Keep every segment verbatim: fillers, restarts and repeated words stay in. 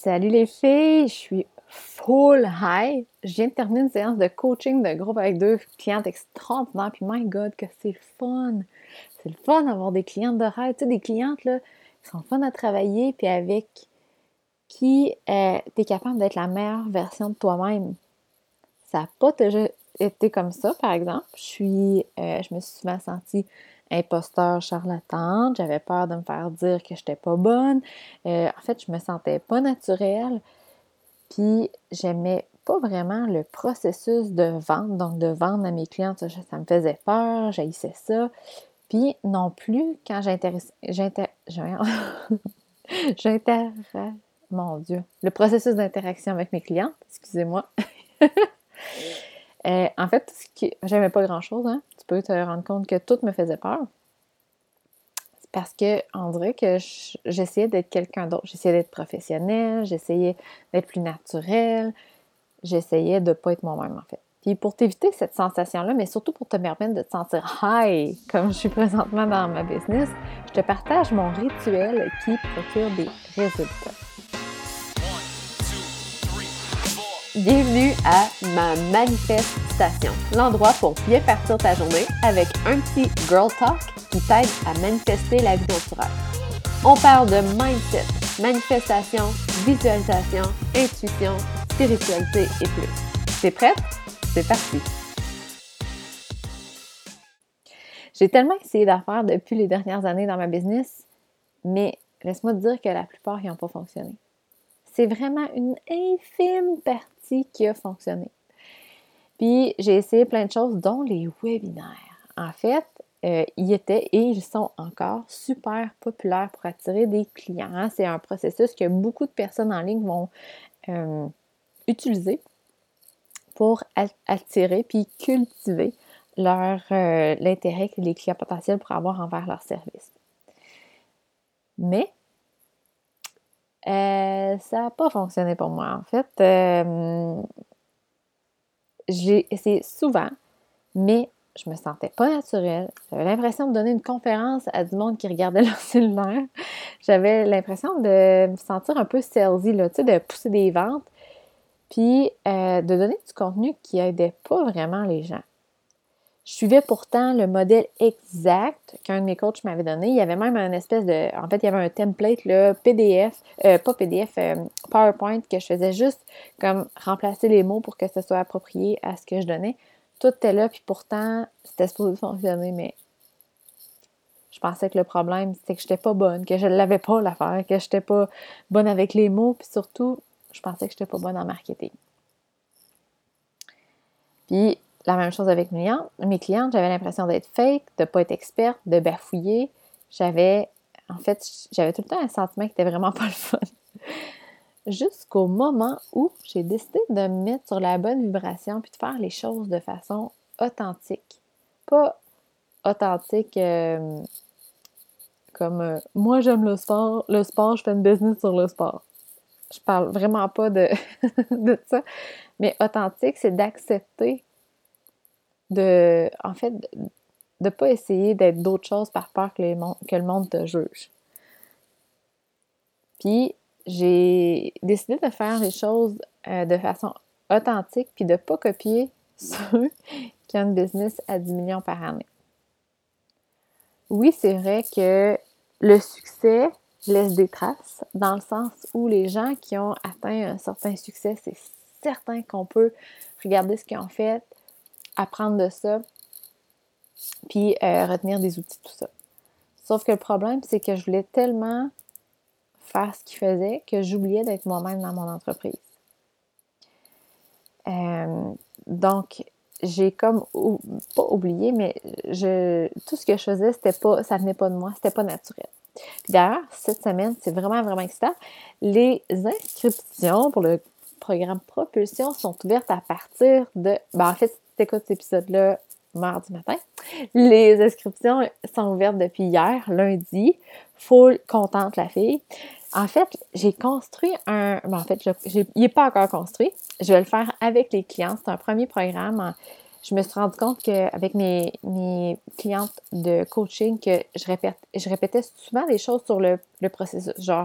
Salut les filles, je suis full high. Je viens de terminer une séance de coaching de groupe avec deux clientes extraordinaires. Puis my God, que c'est le fun! C'est le fun d'avoir des clientes de rêve. Tu sais, des clientes là, qui sont fun à travailler, puis avec qui euh, tu es capable d'être la meilleure version de toi-même. Ça n'a pas toujours été comme ça, par exemple. Je suis, euh, je me suis souvent sentie imposteur charlatane. J'avais peur de me faire dire que je n'étais pas bonne. Euh, en fait, je me sentais pas naturelle. Puis, j'aimais pas vraiment le processus de vente. Donc, de vendre à mes clientes, ça, ça me faisait peur. J'haïssais ça. Puis, non plus, quand j'intéresse... J'inter... J'inter... Mon Dieu. Le processus d'interaction avec mes clientes, excusez-moi. Euh, en fait, ce qui... j'aimais pas grand-chose, hein. Tu peux te rendre compte que tout me faisait peur. C'est parce que on dirait que je... j'essayais d'être quelqu'un d'autre. J'essayais d'être professionnelle, j'essayais d'être plus naturelle, j'essayais de pas être moi-même, en fait. Puis pour t'éviter cette sensation-là, mais surtout pour te permettre de te sentir high, comme je suis présentement dans ma business, je te partage mon rituel qui procure des résultats. Bienvenue à ma manifestation, l'endroit pour bien partir ta journée avec un petit girl talk qui t'aide à manifester la vie dont tu rêves. On parle de mindset, manifestation, visualisation, intuition, spiritualité et plus. T'es prête? C'est parti! J'ai tellement essayé d'affaires depuis les dernières années dans ma business, mais laisse-moi te dire que la plupart n'y ont pas fonctionné. C'est vraiment une infime partie qui a fonctionné. Puis, j'ai essayé plein de choses, dont les webinaires. En fait, euh, ils étaient et ils sont encore super populaires pour attirer des clients. C'est un processus que beaucoup de personnes en ligne vont euh, utiliser pour attirer puis cultiver leur, euh, l'intérêt que les clients potentiels pourraient avoir envers leur service. Mais, euh, ça n'a pas fonctionné pour moi. En fait, euh, j'ai essayé souvent, mais je me sentais pas naturelle. J'avais l'impression de donner une conférence à du monde qui regardait leur cellulaire. J'avais l'impression de me sentir un peu salesy, là, tu sais, de pousser des ventes, puis euh, de donner du contenu qui aidait pas vraiment les gens. Je suivais pourtant le modèle exact qu'un de mes coachs m'avait donné. Il y avait même un espèce de... En fait, il y avait un template, là, P D F, euh, pas P D F, euh, PowerPoint, que je faisais juste comme remplacer les mots pour que ce soit approprié à ce que je donnais. Tout était là, puis pourtant, c'était supposé fonctionner, mais je pensais que le problème, c'était que j'étais pas bonne, que je ne l'avais pas l'affaire, que j'étais pas bonne avec les mots, puis surtout, je pensais que j'étais pas bonne en marketing. Puis, la même chose avec mes clientes. Mes clientes, j'avais l'impression d'être fake, de ne pas être experte, de bafouiller. J'avais, en fait, j'avais tout le temps un sentiment qui était vraiment pas le fun. Jusqu'au moment où j'ai décidé de me mettre sur la bonne vibration puis de faire les choses de façon authentique. Pas authentique euh, comme euh, moi j'aime le sport, le sport, je fais une business sur le sport. Je parle vraiment pas de, de ça. Mais authentique, c'est d'accepter de, en fait, de ne pas essayer d'être d'autres choses par peur que, les mon- que le monde te juge. Puis, j'ai décidé de faire les choses euh, de façon authentique puis de ne pas copier ceux qui ont une business à dix millions par année. Oui, c'est vrai que le succès laisse des traces, dans le sens où les gens qui ont atteint un certain succès, c'est certain qu'on peut regarder ce qu'ils ont fait, apprendre de ça, puis euh, retenir des outils, tout ça. Sauf que le problème, c'est que je voulais tellement faire ce qu'ils faisaient que j'oubliais d'être moi-même dans mon entreprise. Euh, donc, j'ai comme, ou, pas oublié, mais je, tout ce que je faisais, c'était pas, ça venait pas de moi, c'était pas naturel. Puis d'ailleurs, cette semaine, c'est vraiment, vraiment excitant. Les inscriptions pour le programme Propulsion sont ouvertes à partir de... Ben, en fait, si tu écoutes cet épisode-là mardi matin, les inscriptions sont ouvertes depuis hier, lundi. Full contente, la fille. En fait, j'ai construit un... Ben, en fait, je, j'ai, il n'est pas encore construit. Je vais le faire avec les clients. C'est un premier programme. Je me suis rendu compte qu'avec mes, mes clientes de coaching, que je, répète, je répétais souvent des choses sur le, le processus. Genre,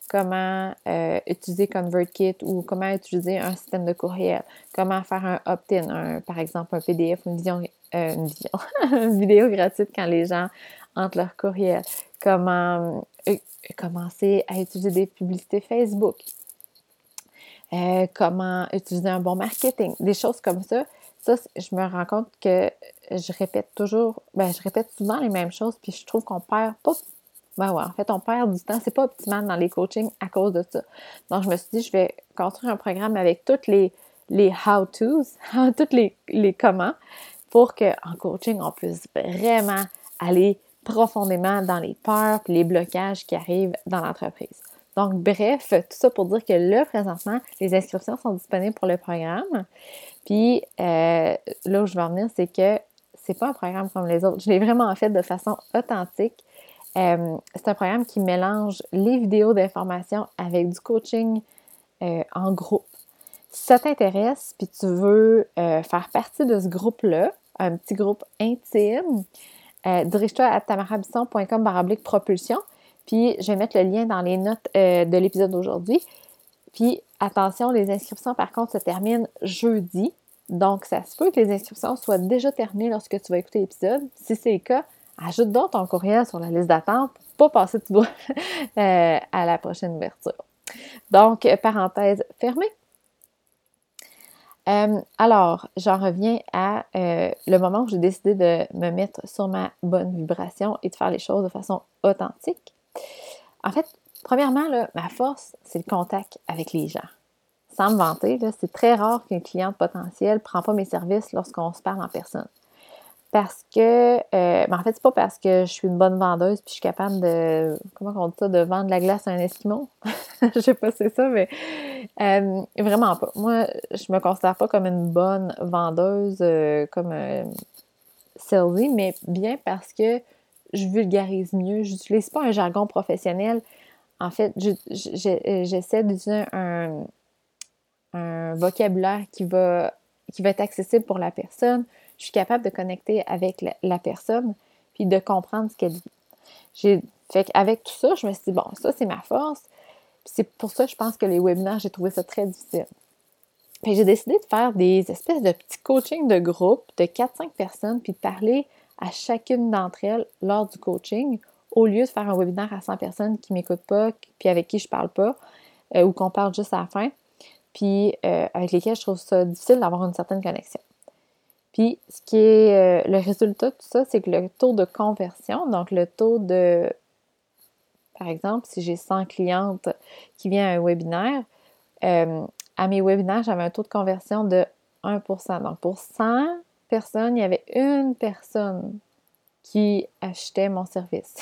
comment euh, utiliser ConvertKit ou comment utiliser un système de courriel, comment faire un opt-in, un, par exemple un P D F ou une, vision, euh, une, vision, une vidéo gratuite quand les gens entrent leur courriel, comment euh, commencer à utiliser des publicités Facebook, euh, comment utiliser un bon marketing, des choses comme ça. Ça, je me rends compte que je répète toujours, ben je répète souvent les mêmes choses, puis je trouve qu'on perd pas. Ben ouais, en fait, on perd du temps. C'est pas optimal dans les coachings à cause de ça. Donc, je me suis dit, je vais construire un programme avec toutes les, les how-tos, toutes les, les comment, pour qu'en coaching, on puisse vraiment aller profondément dans les peurs et les blocages qui arrivent dans l'entreprise. Donc, bref, tout ça pour dire que là, présentement, les inscriptions sont disponibles pour le programme. Puis, euh, là où je veux en venir, c'est que c'est pas un programme comme les autres. Je l'ai vraiment fait de façon authentique. Euh, c'est un programme qui mélange les vidéos d'information avec du coaching euh, en groupe. Si ça t'intéresse, puis tu veux euh, faire partie de ce groupe-là, un petit groupe intime, euh, dirige-toi à tamarabisson point com barre oblique propulsion, puis je vais mettre le lien dans les notes euh, de l'épisode d'aujourd'hui. Puis attention, les inscriptions par contre se terminent jeudi, donc ça se peut que les inscriptions soient déjà terminées lorsque tu vas écouter l'épisode. Si c'est le cas, ajoute donc ton courriel sur la liste d'attente pour pas passer tout droit euh, à la prochaine ouverture. Donc, parenthèse fermée. Euh, alors, j'en reviens à euh, le moment où j'ai décidé de me mettre sur ma bonne vibration et de faire les choses de façon authentique. En fait, premièrement, là, ma force, c'est le contact avec les gens. Sans me vanter, là, c'est très rare qu'une cliente potentielle ne prend pas mes services lorsqu'on se parle en personne. Parce que, euh, ben en fait, c'est pas parce que je suis une bonne vendeuse puis je suis capable de, comment on dit ça, de vendre la glace à un Esquimau. Je sais pas si c'est ça, mais euh, vraiment pas. Moi, je me considère pas comme une bonne vendeuse, euh, comme euh, salesy, mais bien parce que je vulgarise mieux. J'utilise pas un jargon professionnel. En fait, je, je, j'essaie d'utiliser un, un vocabulaire qui va, qui va être accessible pour la personne. Je suis capable de connecter avec la, la personne puis de comprendre ce qu'elle vit. J'ai, fait qu'avec tout ça, je me suis dit, bon, ça, c'est ma force. Puis c'est pour ça que je pense que les webinaires, j'ai trouvé ça très difficile. Puis j'ai décidé de faire des espèces de petits coachings de groupe de quatre cinq personnes puis de parler à chacune d'entre elles lors du coaching au lieu de faire un webinaire à cent personnes qui ne m'écoutent pas puis avec qui je ne parle pas euh, ou qu'on parle juste à la fin puis euh, avec lesquels je trouve ça difficile d'avoir une certaine connexion. Puis, ce qui est euh, le résultat de tout ça, c'est que le taux de conversion, donc le taux de, par exemple, si j'ai cent clientes qui viennent à un webinaire, euh, à mes webinaires, j'avais un taux de conversion de un pour cent. Donc, pour cent personnes, il y avait une personne qui achetait mon service.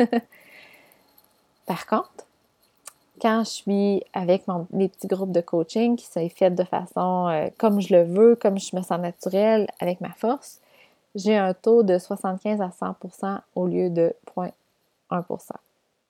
Par contre, quand je suis avec mon, les petits groupes de coaching qui sont faits de façon euh, comme je le veux, comme je me sens naturelle avec ma force, j'ai un taux de soixante-quinze à cent pour cent au lieu de zéro virgule un pour cent.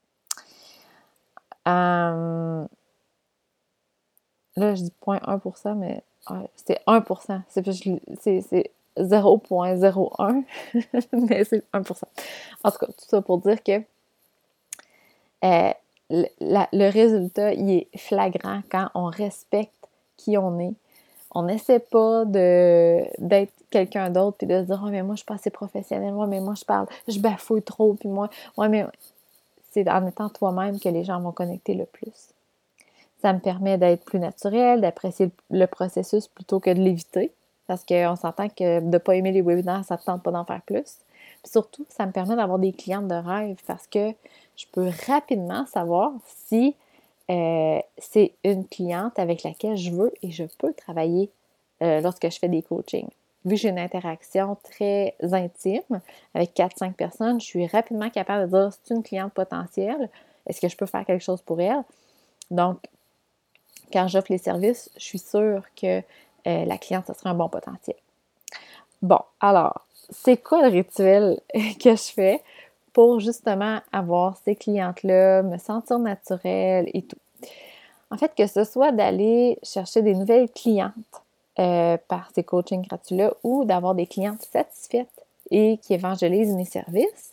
Euh, là, je dis zéro virgule un pour cent, mais ouais, c'est un pour cent. C'est, c'est, c'est zéro virgule zéro un, mais c'est un pour cent. En tout cas, tout ça pour dire que euh, Le, la, le résultat, il est flagrant quand on respecte qui on est. On n'essaie pas de, d'être quelqu'un d'autre puis de se dire « Oh, mais moi, je suis pas assez professionnelle. Ouais, mais moi, je parle, je bafouille trop. » Puis moi, ouais, mais c'est en étant toi-même que les gens vont connecter le plus. Ça me permet d'être plus naturelle, d'apprécier le processus plutôt que de l'éviter. Parce qu'on s'entend que de ne pas aimer les webinaires, ça ne te tente pas d'en faire plus. Puis surtout, ça me permet d'avoir des clientes de rêve parce que je peux rapidement savoir si euh, c'est une cliente avec laquelle je veux et je peux travailler euh, lorsque je fais des coachings. Vu que j'ai une interaction très intime avec quatre cinq personnes, je suis rapidement capable de dire c'est une cliente potentielle, est-ce que je peux faire quelque chose pour elle? Donc, quand j'offre les services, je suis sûre que euh, la cliente, ce serait un bon potentiel. Bon, alors, c'est quoi le rituel que je fais pour justement avoir ces clientes-là, me sentir naturelle et tout? En fait, que ce soit d'aller chercher des nouvelles clientes euh, par ces coachings gratuits-là ou d'avoir des clientes satisfaites et qui évangélisent mes services,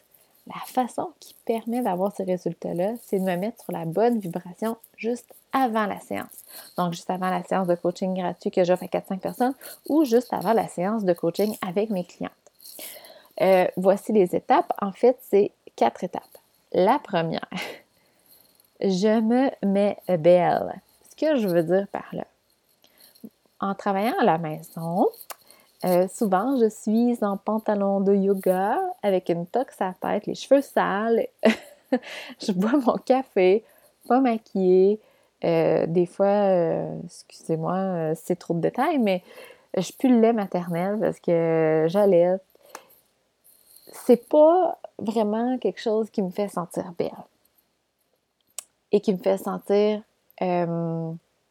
La façon qui permet d'avoir ces résultats-là, c'est de me mettre sur la bonne vibration juste avant la séance. Donc, juste avant la séance de coaching gratuit que j'offre à quatre à cinq personnes ou juste avant la séance de coaching avec mes clientes. Euh, voici les étapes. En fait, c'est quatre étapes. La première, je me mets belle. Ce que je veux dire par là, en travaillant à la maison, euh, souvent je suis en pantalon de yoga avec une toque à la tête, les cheveux sales, je bois mon café, pas maquillée. Euh, des fois, euh, excusez-moi, euh, c'est trop de détails, mais je pue le lait maternel parce que j'allaite. C'est pas vraiment quelque chose qui me fait sentir belle et qui me fait sentir euh,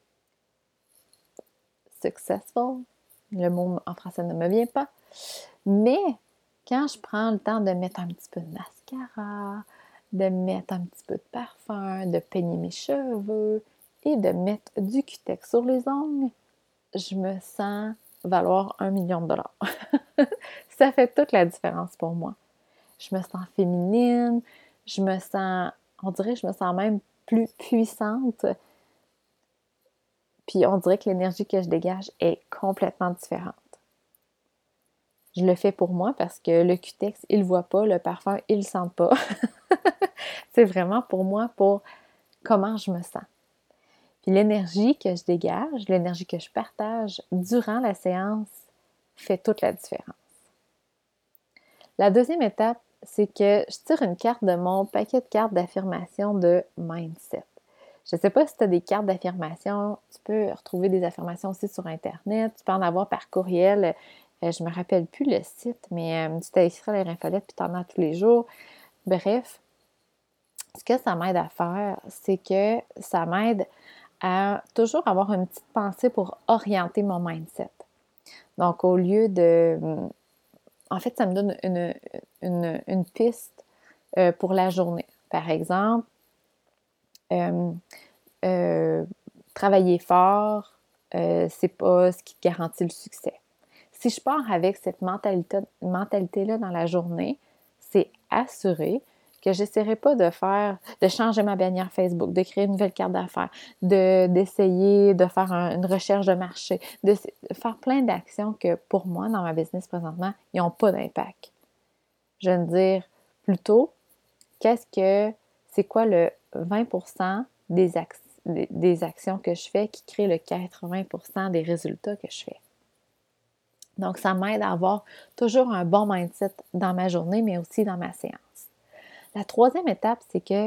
successful. Le mot en français ne me vient pas. Mais quand je prends le temps de mettre un petit peu de mascara, de mettre un petit peu de parfum, de peigner mes cheveux et de mettre du Cutex sur les ongles, je me sens valoir un million de dollars. Ça fait toute la différence pour moi. Je me sens féminine, je me sens, on dirait que je me sens même plus puissante. Puis on dirait que l'énergie que je dégage est complètement différente. Je le fais pour moi parce que le Cutex, il ne voit pas, le parfum, il ne le sent pas. C'est vraiment pour moi, pour comment je me sens. Puis l'énergie que je dégage, l'énergie que je partage durant la séance fait toute la différence. La deuxième étape, c'est que je tire une carte de mon paquet de cartes d'affirmation de mindset. Je ne sais pas si tu as des cartes d'affirmation, tu peux retrouver des affirmations aussi sur Internet, tu peux en avoir par courriel. Euh, je ne me rappelle plus le site, mais euh, tu t'inscris à l'infolette puis tu en as tous les jours. Bref, ce que ça m'aide à faire, c'est que ça m'aide à toujours avoir une petite pensée pour orienter mon mindset. Donc, au lieu de... En fait, ça me donne une, une, une piste euh, pour la journée. Par exemple, euh, euh, travailler fort, euh, c'est pas ce qui garantit le succès. Si je pars avec cette mentalité, mentalité-là dans la journée, c'est assuré que j'essaierai pas de faire, de changer ma bannière Facebook, de créer une nouvelle carte d'affaires, de, d'essayer de faire un, une recherche de marché, de, de faire plein d'actions que pour moi, dans ma business présentement, ils n'ont pas d'impact. Je veux dire plutôt, qu'est-ce que, c'est quoi le vingt pour cent des, ac- des, des actions que je fais qui créent le quatre-vingts pour cent des résultats que je fais. Donc, ça m'aide à avoir toujours un bon mindset dans ma journée, mais aussi dans ma séance. La troisième étape, c'est que,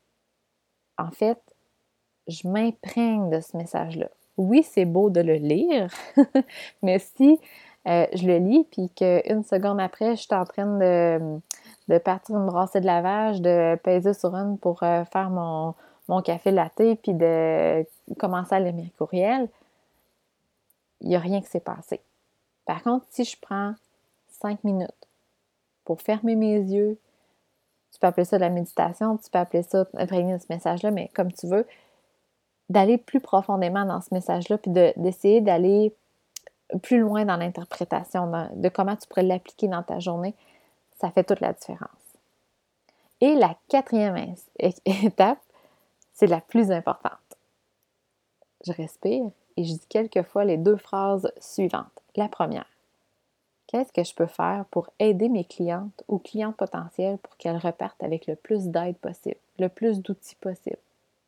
en fait, je m'imprègne de ce message-là. Oui, c'est beau de le lire, mais si euh, je le lis, puis qu'une seconde après, je suis en train de, de partir une brassée de lavage, de peser sur une pour euh, faire mon, mon café latte, puis de commencer à lire mes courriels, il n'y a rien qui s'est passé. Par contre, si je prends cinq minutes pour fermer mes yeux, tu peux appeler ça de la méditation, tu peux appeler ça imprégner de ce message-là, mais comme tu veux, d'aller plus profondément dans ce message-là, puis de, d'essayer d'aller plus loin dans l'interprétation dans, de comment tu pourrais l'appliquer dans ta journée, ça fait toute la différence. Et la quatrième étape, c'est la plus importante. Je respire et je dis quelquefois les deux phrases suivantes. La première, qu'est-ce que je peux faire pour aider mes clientes ou clientes potentielles pour qu'elles repartent avec le plus d'aide possible, le plus d'outils possible?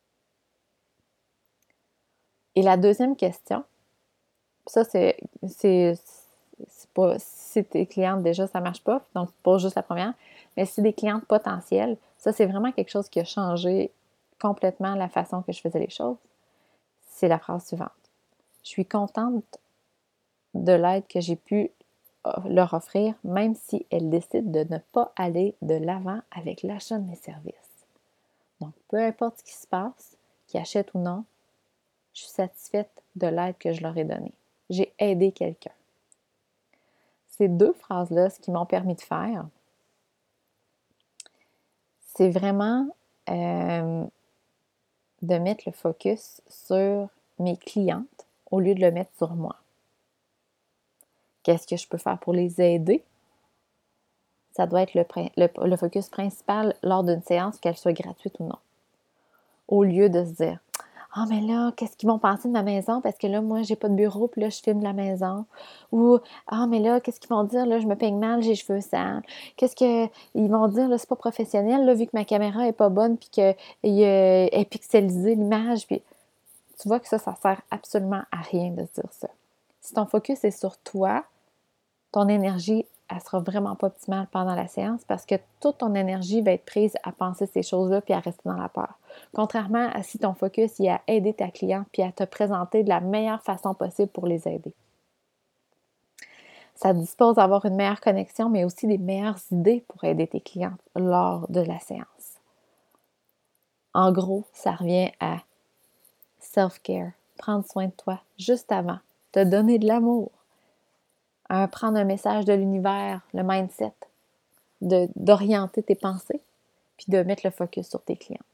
Et la deuxième question, ça c'est, c'est, c'est pas, si tes clientes déjà ça marche pas, donc pas juste la première, mais si des clientes potentielles, ça c'est vraiment quelque chose qui a changé complètement la façon que je faisais les choses. C'est la phrase suivante. Je suis contente de l'aide que j'ai pu leur offrir, même si elles décident de ne pas aller de l'avant avec l'achat de mes services. Donc, peu importe ce qui se passe, qu'ils achètent ou non, je suis satisfaite de l'aide que je leur ai donnée. J'ai aidé quelqu'un. Ces deux phrases-là, ce qu'ils m'ont permis de faire, c'est vraiment euh, de mettre le focus sur mes clientes au lieu de le mettre sur moi. Qu'est-ce que je peux faire pour les aider? ça doit être le, le, le focus principal lors d'une séance, qu'elle soit gratuite ou non. Au lieu de se dire « Ah, mais là, qu'est-ce qu'ils vont penser de ma maison? Parce que là, moi, j'ai pas de bureau, puis là, je filme de la maison. » Ou « Ah, mais là, qu'est-ce qu'ils vont dire? Là, je me peigne mal, j'ai les cheveux sales. Qu'est-ce qu'ils vont dire? Là, c'est pas professionnel, là, vu que ma caméra est pas bonne, puis qu'elle est pixelisée, l'image. » Puis tu vois que ça, ça sert absolument à rien de se dire ça. Si ton focus est sur toi, ton énergie, elle sera vraiment pas optimale pendant la séance parce que toute ton énergie va être prise à penser ces choses-là puis à rester dans la peur. Contrairement à si ton focus est à aider ta cliente puis à te présenter de la meilleure façon possible pour les aider. Ça te dispose d'avoir une meilleure connexion, mais aussi des meilleures idées pour aider tes clientes lors de la séance. En gros, ça revient à self-care, prendre soin de toi juste avant, te donner de l'amour, à prendre un message de l'univers, le mindset, de, d'orienter tes pensées, puis de mettre le focus sur tes clientes.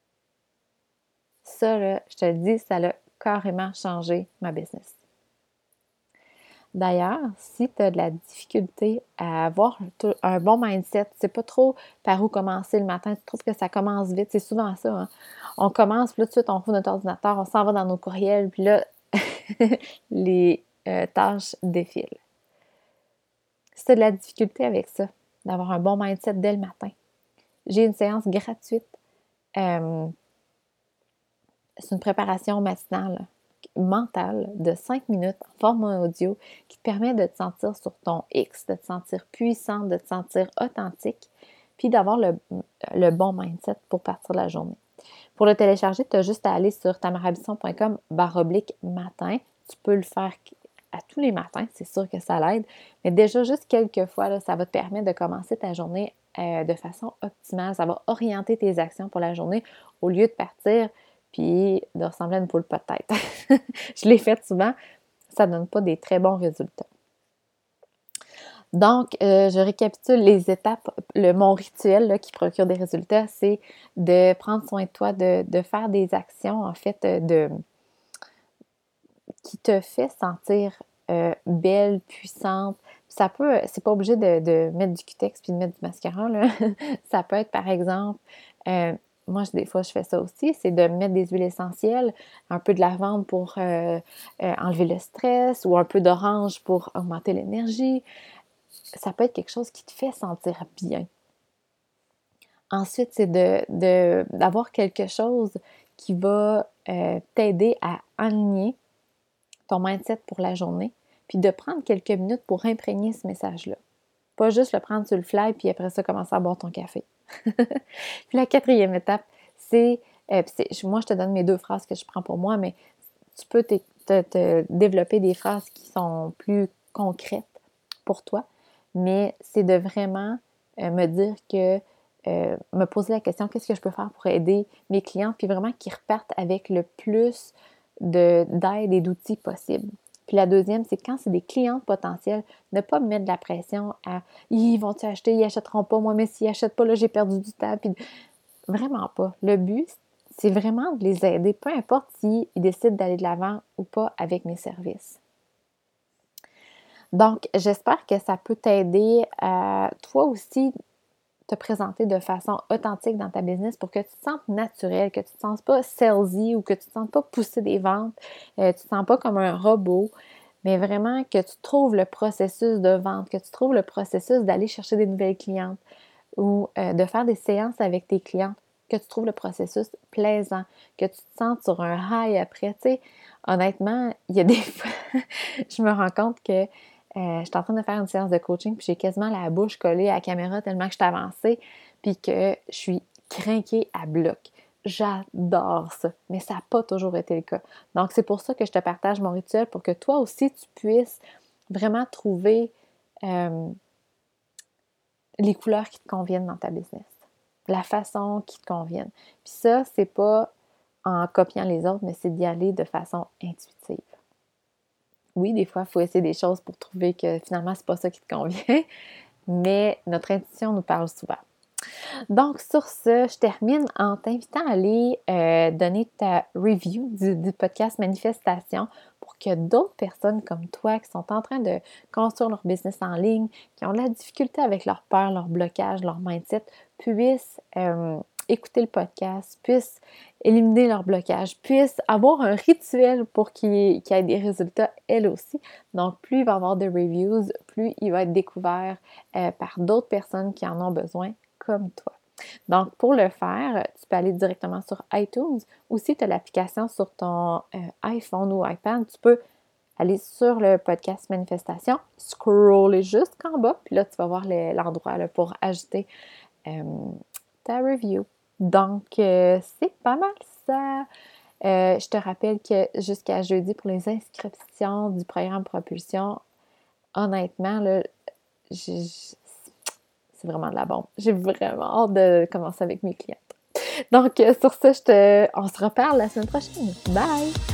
Ça, là, je te le dis, ça a carrément changé ma business. D'ailleurs, si tu as de la difficulté à avoir un bon mindset, tu sais pas trop par où commencer le matin, tu trouves que ça commence vite, c'est souvent ça. Hein? On commence, puis là, tout de suite, on ouvre notre ordinateur, on s'en va dans nos courriels, puis là, les euh, tâches défilent. Si tu as de la difficulté avec ça, d'avoir un bon mindset dès le matin, j'ai une séance gratuite. Euh, c'est une préparation matinale, mentale, de cinq minutes en format audio qui te permet de te sentir sur ton X, de te sentir puissante, de te sentir authentique, puis d'avoir le, le bon mindset pour partir de la journée. Pour le télécharger, tu as juste à aller sur tamarabisson.com barre oblique matin. Tu peux le faire à tous les matins, c'est sûr que ça l'aide, mais déjà juste quelques fois, là, ça va te permettre de commencer ta journée euh, de façon optimale. Ça va orienter tes actions pour la journée au lieu de partir puis de ressembler à une poule pas de tête. Je l'ai fait souvent, ça ne donne pas des très bons résultats. Donc, euh, je récapitule les étapes. Le, mon rituel là, qui procure des résultats, c'est de prendre soin de toi, de, de faire des actions, en fait, de qui te fait sentir euh, belle, puissante. Ça peut, c'est pas obligé de, de mettre du cutex puis de mettre du mascara, là. Ça peut être, par exemple, euh, moi, des fois, je fais ça aussi, c'est de mettre des huiles essentielles, un peu de lavande pour euh, euh, enlever le stress ou un peu d'orange pour augmenter l'énergie. Ça peut être quelque chose qui te fait sentir bien. Ensuite, c'est de, de, d'avoir quelque chose qui va euh, t'aider à aligner ton mindset pour la journée, puis de prendre quelques minutes pour imprégner ce message-là. Pas juste le prendre sur le fly, puis après ça, commencer à boire ton café. Puis la quatrième étape, c'est, euh, c'est, moi, je te donne mes deux phrases que je prends pour moi, mais tu peux te, te, te développer des phrases qui sont plus concrètes pour toi, mais c'est de vraiment euh, me dire que, euh, me poser la question, qu'est-ce que je peux faire pour aider mes clients, puis vraiment qu'ils repartent avec le plus de, d'aide et d'outils possibles. Puis la deuxième, c'est quand c'est des clients potentiels, ne pas me mettre de la pression à « ils vont-tu acheter, ils n'achèteront pas, moi, mais s'ils n'achètent pas, là, j'ai perdu du temps. » Puis vraiment pas. Le but, c'est vraiment de les aider, peu importe s'ils décident d'aller de l'avant ou pas avec mes services. Donc, j'espère que ça peut t'aider à toi aussi te présenter de façon authentique dans ta business pour que tu te sentes naturel, que tu ne te sentes pas salesy ou que tu ne te sentes pas pousser des ventes, euh, tu ne te sens pas comme un robot, mais vraiment que tu trouves le processus de vente, que tu trouves le processus d'aller chercher des nouvelles clientes ou euh, de faire des séances avec tes clientes, que tu trouves le processus plaisant, que tu te sentes sur un high après. Tu sais, honnêtement, il y a des fois, je me rends compte que Euh, je suis en train de faire une séance de coaching puis j'ai quasiment la bouche collée à la caméra tellement que je suis avancée puis que je suis crinquée à bloc. J'adore ça, mais ça n'a pas toujours été le cas. Donc, c'est pour ça que je te partage mon rituel pour que toi aussi, tu puisses vraiment trouver euh, les couleurs qui te conviennent dans ta business, la façon qui te convienne. Puis ça, c'est pas en copiant les autres, mais c'est d'y aller de façon intuitive. Oui, des fois, il faut essayer des choses pour trouver que finalement, c'est pas ça qui te convient, mais notre intuition nous parle souvent. Donc, sur ce, je termine en t'invitant à aller euh, donner ta review du, du podcast Manifestation pour que d'autres personnes comme toi qui sont en train de construire leur business en ligne, qui ont de la difficulté avec leur peur, leur blocage, leur mindset, puissent euh, écouter le podcast, puissent éliminer leur blocage, puissent avoir un rituel pour qu'il, qu'il y ait des résultats elles aussi. Donc, plus il va y avoir de reviews, plus il va être découvert euh, par d'autres personnes qui en ont besoin comme toi. Donc, pour le faire, tu peux aller directement sur iTunes ou si tu as l'application sur ton euh, iPhone ou iPad, tu peux aller sur le podcast Manifestation, scroller jusqu'en bas, puis là, tu vas voir le, l'endroit là, pour ajouter euh, ta review. Donc, euh, c'est pas mal ça. Euh, je te rappelle que jusqu'à jeudi, pour les inscriptions du programme Propulsion, honnêtement, là, j'ai... c'est vraiment de la bombe. J'ai vraiment hâte de commencer avec mes clientes. Donc, sur ça, je te... on se reparle la semaine prochaine. Bye!